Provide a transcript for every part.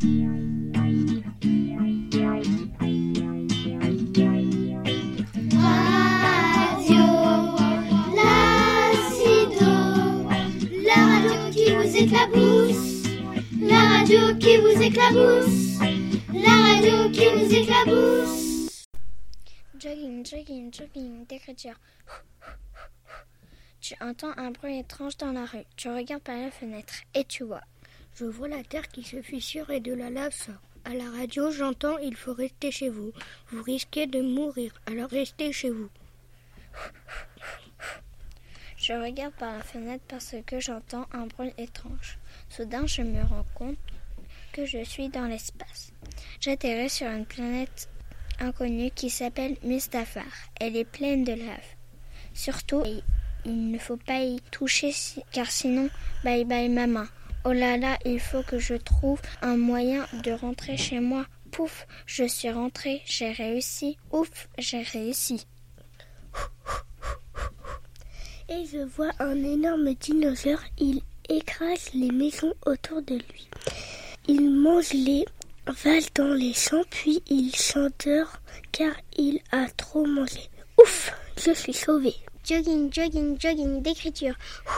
éclabousse, la radio qui vous éclabousse, la radio qui vous éclabousse. Jogging, jogging, jogging, d'écriture. Tu entends un bruit étrange dans la rue. Tu regardes par la fenêtre et tu vois. Je vois la terre qui se fissure et de la lave sort. À la radio, j'entends « Il faut rester chez vous. Vous risquez de mourir, alors restez chez vous. » Je regarde par la fenêtre parce que j'entends un bruit étrange. Soudain, je me rends compte que je suis dans l'espace. J'atterris sur une planète inconnue qui s'appelle Mustafar. Elle est pleine de lave. Surtout, il ne faut pas y toucher car sinon, bye bye maman. Oh là là, il faut que je trouve un moyen de rentrer chez moi. Pouf, je suis rentrée, j'ai réussi. Ouf, j'ai réussi. Et je vois un énorme dinosaure, il écrase les maisons autour de lui. Il mange les vaches dans les champs, puis il s'endort car il a trop mangé. Ouf, je suis sauvée. Jogging, jogging, jogging, d'écriture.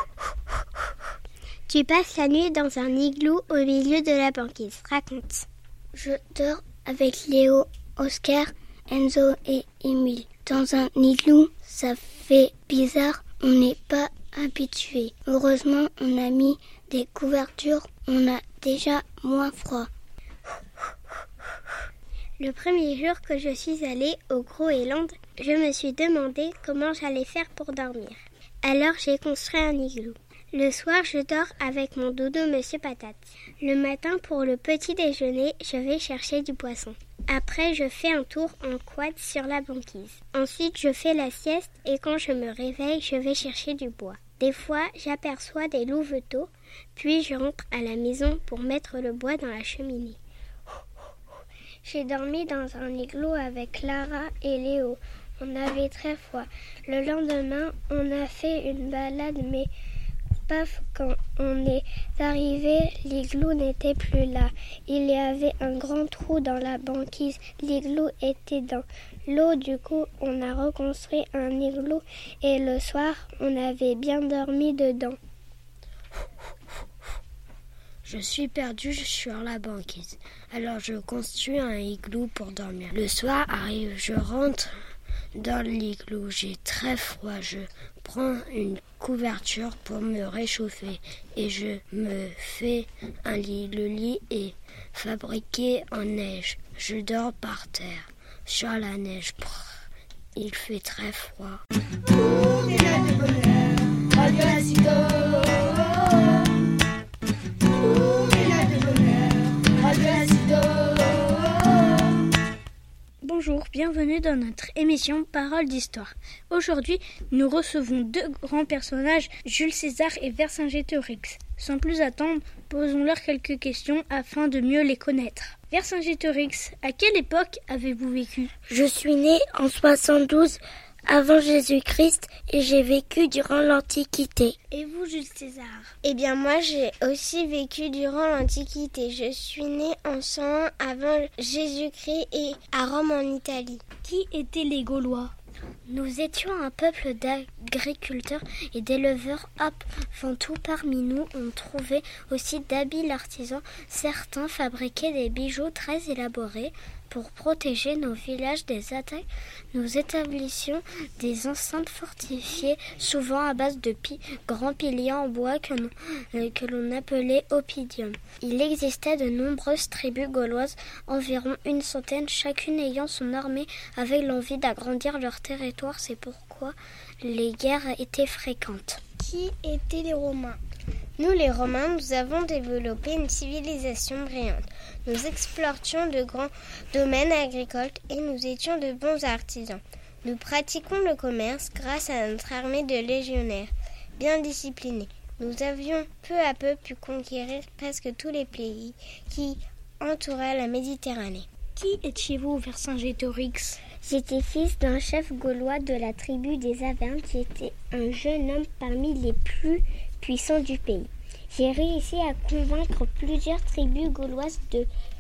Tu passes la nuit dans un igloo au milieu de la banquise. Raconte. Je dors avec Léo, Oscar, Enzo et Émile. Dans un igloo, ça fait bizarre. On n'est pas habitué. Heureusement, on a mis des couvertures. On a déjà moins froid. Le premier jour que je suis allée au Groenland, je me suis demandé comment j'allais faire pour dormir. Alors j'ai construit un igloo. Le soir, je dors avec mon dodo Monsieur Patate. Le matin, pour le petit déjeuner, je vais chercher du poisson. Après, je fais un tour en quad sur la banquise. Ensuite, je fais la sieste et quand je me réveille, je vais chercher du bois. Des fois, j'aperçois des louveteaux, puis je rentre à la maison pour mettre le bois dans la cheminée. J'ai dormi dans un igloo avec Clara et Léo. On avait très froid. Le lendemain, on a fait une balade, mais paf, quand on est arrivé, l'igloo n'était plus là. Il y avait un grand trou dans la banquise. L'igloo était dans l'eau, du coup, on a reconstruit un igloo et le soir, on avait bien dormi dedans. Je suis perdue sur la banquise. Alors je construis un igloo pour dormir. Le soir arrive, je rentre dans l'igloo. J'ai très froid. Je prends une couverture pour me réchauffer et je me fais un lit. Le lit est fabriqué en neige. Je dors par terre sur la neige. Il fait très froid. Bonjour, bienvenue dans notre émission Paroles d'Histoire. Aujourd'hui, nous recevons deux grands personnages, Jules César et Vercingétorix. Sans plus attendre, posons-leur quelques questions afin de mieux les connaître. Vercingétorix, à quelle époque avez-vous vécu ? Je suis né en 72 avant Jésus-Christ et j'ai vécu durant l'Antiquité. Et vous, Jules César ? Eh bien, moi, j'ai aussi vécu durant l'Antiquité. Je suis né en 101 avant Jésus-Christ et à Rome en Italie. Qui étaient les Gaulois ? Nous étions un peuple d'agriculteurs et d'éleveurs avant tout. Parmi nous, on trouvait aussi d'habiles artisans. Certains fabriquaient des bijoux très élaborés. Pour protéger nos villages des attaques, nous établissions des enceintes fortifiées, souvent à base de grands piliers en bois que l'on appelait oppidum. Il existait de nombreuses tribus gauloises, environ une centaine, chacune ayant son armée avec l'envie d'agrandir leur territoire. C'est pourquoi les guerres étaient fréquentes. Qui étaient les Romains ? Nous, les Romains, nous avons développé une civilisation brillante. Nous explorions de grands domaines agricoles et nous étions de bons artisans. Nous pratiquons le commerce grâce à notre armée de légionnaires, bien disciplinés. Nous avions peu à peu pu conquérir presque tous les pays qui entouraient la Méditerranée. Qui étiez-vous, Vercingétorix ? J'étais fils d'un chef gaulois de la tribu des Avernes. J'étais un jeune homme parmi les plus puissants du pays. J'ai réussi à convaincre plusieurs tribus gauloises de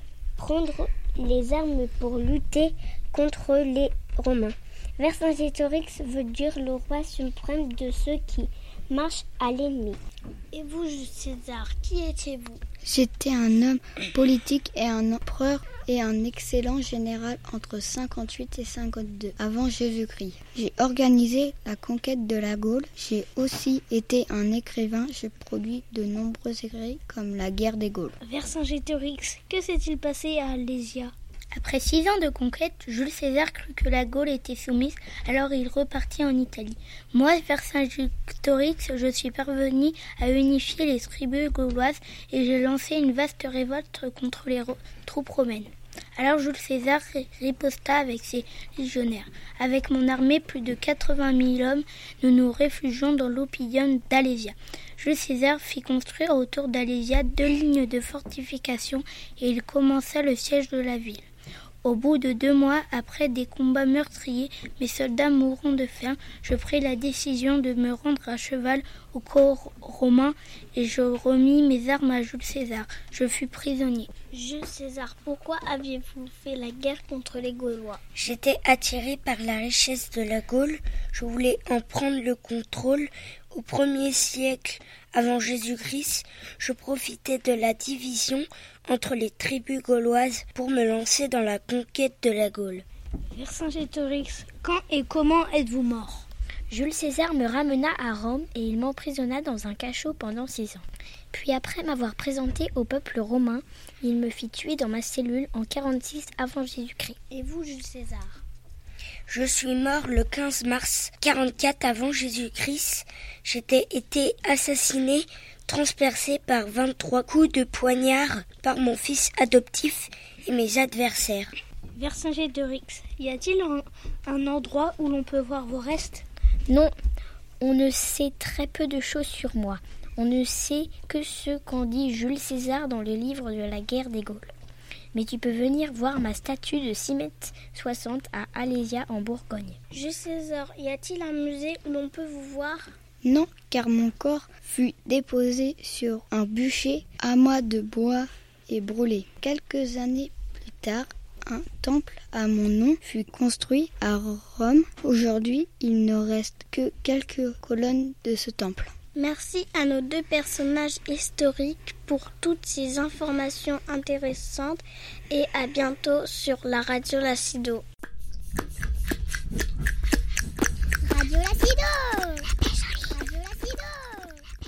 prendre les armes pour lutter contre les Romains. Vercingétorix veut dire le roi suprême de ceux qui marchent à l'ennemi. Et vous, Jules César, qui étiez-vous? J'étais un homme politique et un empereur et un excellent général entre 58 et 52 avant Jésus-Christ. J'ai organisé la conquête de la Gaule. J'ai aussi été un écrivain. J'ai produit de nombreux écrits comme la guerre des Gaules. Vercingétorix, que s'est-il passé à Alésia? Après 6 ans de conquête, Jules César crut que la Gaule était soumise, alors il repartit en Italie. Moi, Vercingétorix, je suis parvenu à unifier les tribus gauloises et j'ai lancé une vaste révolte contre les troupes romaines. Alors Jules César riposta avec ses légionnaires. Avec mon armée, plus de 80 000 hommes, nous nous réfugions dans l'Oppidum d'Alésia. Jules César fit construire autour d'Alésia 2 lignes de fortifications et il commença le siège de la ville. Au bout de 2 mois, après des combats meurtriers, mes soldats mourant de faim, je pris la décision de me rendre à cheval au corps romain et je remis mes armes à Jules César. Je fus prisonnier. Jules César, pourquoi aviez-vous fait la guerre contre les Gaulois? J'étais attiré par la richesse de la Gaule. Je voulais en prendre le contrôle. Au 1er siècle avant Jésus-Christ, je profitais de la division entre les tribus gauloises pour me lancer dans la conquête de la Gaule. Vercingétorix, quand et comment êtes-vous mort? Jules César me ramena à Rome et il m'emprisonna dans un cachot pendant 6 ans. Puis après m'avoir présenté au peuple romain, il me fit tuer dans ma cellule en 46 avant Jésus-Christ. Et vous, Jules César? Je suis mort le 15 mars 44 avant Jésus-Christ. J'étais été assassiné, transpercé par 23 coups de poignard par mon fils adoptif et mes adversaires. Vercingétorix, y a-t-il un endroit où l'on peut voir vos restes? Non, on ne sait très peu de choses sur moi. On ne sait que ce qu'en dit Jules César dans le livre de la guerre des Gaules. Mais tu peux venir voir ma statue de 6,60 m à Alésia en Bourgogne. Jules César, y a-t-il un musée où l'on peut vous voir? Non, car mon corps fut déposé sur un bûcher à moi de bois et brûlé. Quelques années plus tard, un temple à mon nom fut construit à Rome. Aujourd'hui, il ne reste que quelques colonnes de ce temple. Merci à nos 2 personnages historiques pour toutes ces informations intéressantes et à bientôt sur la Radio Lacido. Radio Lacido. Radio Lacido.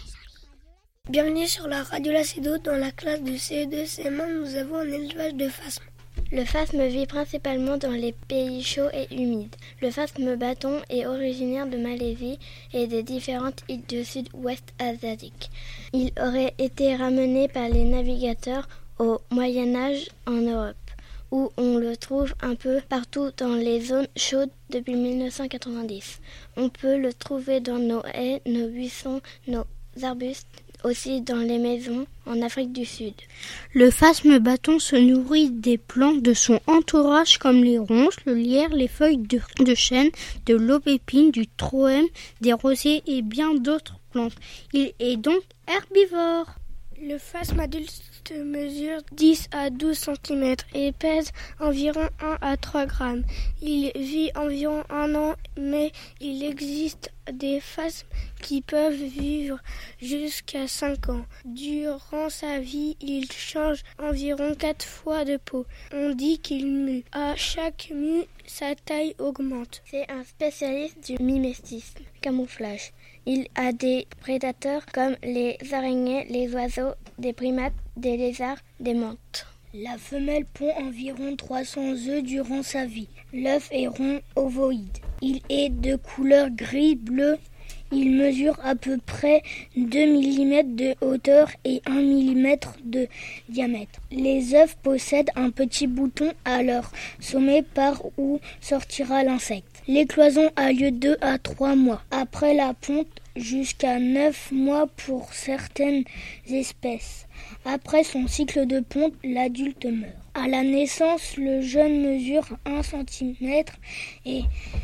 Bienvenue sur la Radio Lacido. Dans la classe de CE2 CM1, nous avons un élevage de phasmes. Le phasme vit principalement dans les pays chauds et humides. Le phasme bâton est originaire de Malaisie et des différentes îles du sud-ouest asiatique. Il aurait été ramené par les navigateurs au Moyen-Âge en Europe, où on le trouve un peu partout dans les zones chaudes depuis 1990. On peut le trouver dans nos haies, nos buissons, nos arbustes, aussi dans les maisons en Afrique du Sud. Le phasme bâton se nourrit des plantes de son entourage comme les ronces, le lierre, les feuilles de chêne, de l'aubépine, du troème, des rosiers et bien d'autres plantes. Il est donc herbivore. Le phasme adulte mesure 10 à 12 cm et pèse environ 1 à 3 grammes. Il vit environ 1 an, mais il existe des phasmes qui peuvent vivre jusqu'à 5 ans. Durant sa vie, il change environ 4 fois de peau. On dit qu'il mue. À chaque mue, sa taille augmente. C'est un spécialiste du mimétisme, camouflage. Il a des prédateurs comme les araignées, les oiseaux, des primates, des lézards, des mantes. La femelle pond environ 300 œufs durant sa vie. L'œuf est rond ovoïde. Il est de couleur gris-bleu. Il mesure à peu près 2 mm de hauteur et 1 mm de diamètre. Les œufs possèdent un petit bouton à leur sommet par où sortira l'insecte. L'écloison a lieu 2 à 3 mois. Après la ponte, jusqu'à 9 mois pour certaines espèces. Après son cycle de ponte, l'adulte meurt. À la naissance, le jeune mesure 1 cm et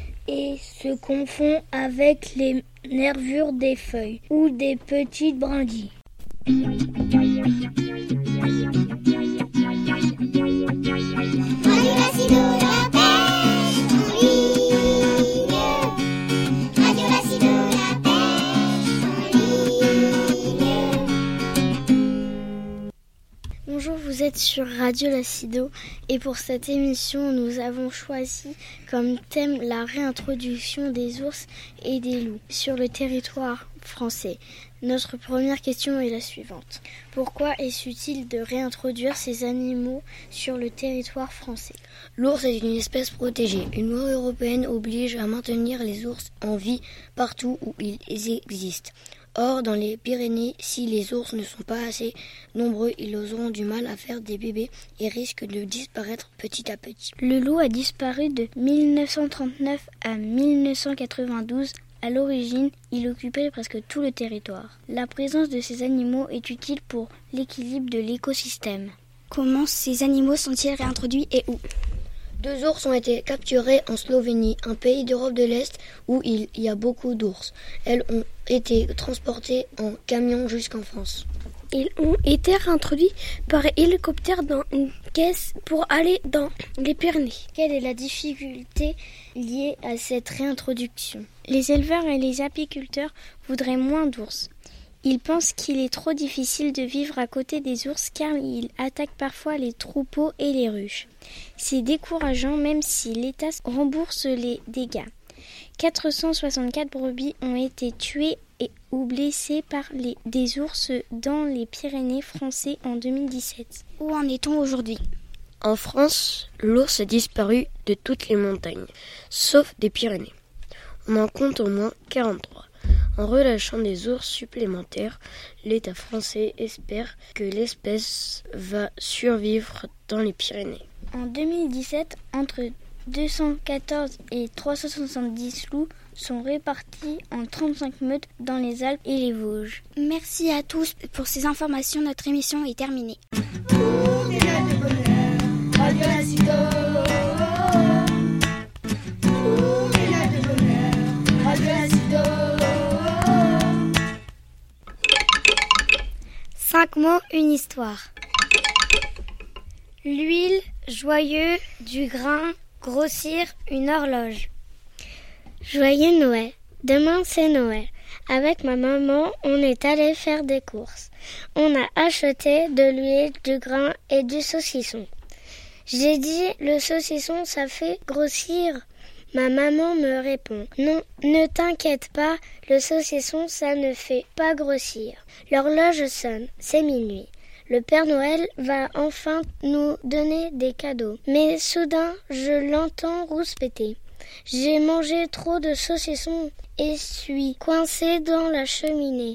se confond avec les nervures des feuilles ou des petites brindilles. vous êtes sur Radio Lacido et pour cette émission, nous avons choisi comme thème la réintroduction des ours et des loups sur le territoire français. Notre première question est la suivante. Pourquoi est-ce utile de réintroduire ces animaux sur le territoire français ? L'ours est une espèce protégée. Une loi européenne oblige à maintenir les ours en vie partout où ils existent. Or, dans les Pyrénées, si les ours ne sont pas assez nombreux, ils auront du mal à faire des bébés et risquent de disparaître petit à petit. Le loup a disparu de 1939 à 1992. À l'origine, il occupait presque tout le territoire. La présence de ces animaux est utile pour l'équilibre de l'écosystème. Comment ces animaux sont-ils réintroduits et où ? 2 ours ont été capturés en Slovénie, un pays d'Europe de l'Est où il y a beaucoup d'ours. Elles ont été transportées en camion jusqu'en France. Ils ont été réintroduits par hélicoptère dans une caisse pour aller dans les Pyrénées. Quelle est la difficulté liée à cette réintroduction ? Les éleveurs et les apiculteurs voudraient moins d'ours. Ils pensent qu'il est trop difficile de vivre à côté des ours car ils attaquent parfois les troupeaux et les ruches. C'est décourageant même si l'État rembourse les dégâts. 464 brebis ont été tuées ou blessées par des ours dans les Pyrénées français en 2017. Où en est-on aujourd'hui ? En France, l'ours a disparu de toutes les montagnes, sauf des Pyrénées. On en compte au moins 43. En relâchant des ours supplémentaires, l'État français espère que l'espèce va survivre dans les Pyrénées. En 2017, entre 214 et 370 loups sont répartis en 35 meutes dans les Alpes et les Vosges. Merci à tous pour ces informations. Notre émission est terminée. Radio Lacido. Radio Lacido. 5 mots, une histoire. L'huile, joyeux, du grain, grossir, une horloge. Joyeux Noël. Demain c'est Noël. Avec ma maman, on est allé faire des courses. On a acheté de l'huile, du grain et du saucisson. J'ai dit, le saucisson, ça fait grossir. Ma maman me répond, non, ne t'inquiète pas, le saucisson, ça ne fait pas grossir. L'horloge sonne, c'est minuit. Le Père Noël va enfin nous donner des cadeaux. Mais soudain, je l'entends rouspéter. J'ai mangé trop de saucissons et suis coincée dans la cheminée.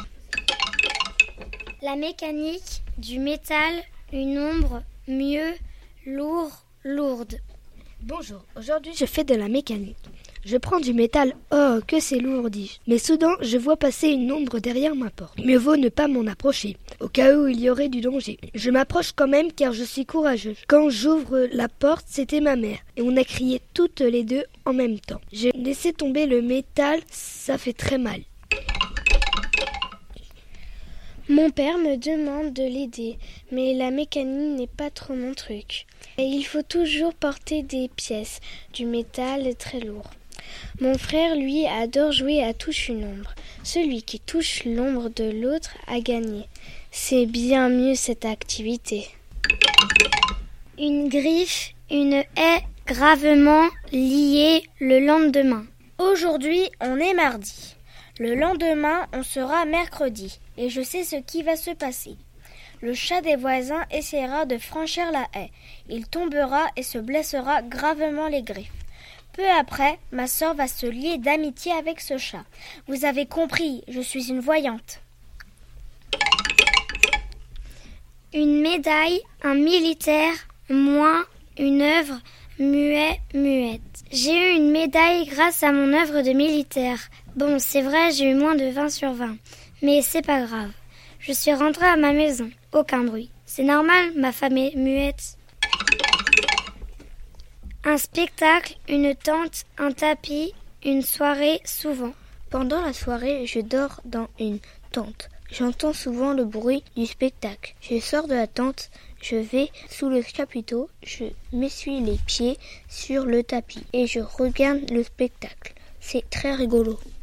La mécanique, du métal, une ombre, mieux, lourd, lourde. Bonjour, aujourd'hui je fais de la mécanique. Je prends du métal, oh que c'est lourd, dis-je. Mais soudain, je vois passer une ombre derrière ma porte. Mieux vaut ne pas m'en approcher, au cas où il y aurait du danger. Je m'approche quand même car je suis courageuse. Quand j'ouvre la porte, c'était ma mère, et on a crié toutes les deux en même temps. J'ai laissé tomber le métal, ça fait très mal. Mon père me demande de l'aider, mais la mécanique n'est pas trop mon truc. Et il faut toujours porter des pièces, du métal très lourd. Mon frère, lui, adore jouer à touche une ombre. Celui qui touche l'ombre de l'autre a gagné. C'est bien mieux cette activité. Une griffe, une haie gravement liée le lendemain. Aujourd'hui, on est mardi. Le lendemain, on sera mercredi. Et je sais ce qui va se passer. Le chat des voisins essaiera de franchir la haie. Il tombera et se blessera gravement les griffes. Peu après, ma sœur va se lier d'amitié avec ce chat. Vous avez compris, je suis une voyante. Une médaille, un militaire, moi, une œuvre, muet, muette. J'ai eu une médaille grâce à mon œuvre de militaire. Bon, c'est vrai, j'ai eu moins de 20 sur 20. Mais c'est pas grave. Je suis rentrée à ma maison. Aucun bruit. C'est normal, ma femme est muette. Un spectacle, une tente, un tapis, une soirée, souvent. Pendant la soirée, je dors dans une tente. J'entends souvent le bruit du spectacle. Je sors de la tente, je vais sous le chapiteau, je m'essuie les pieds sur le tapis et je regarde le spectacle. C'est très rigolo.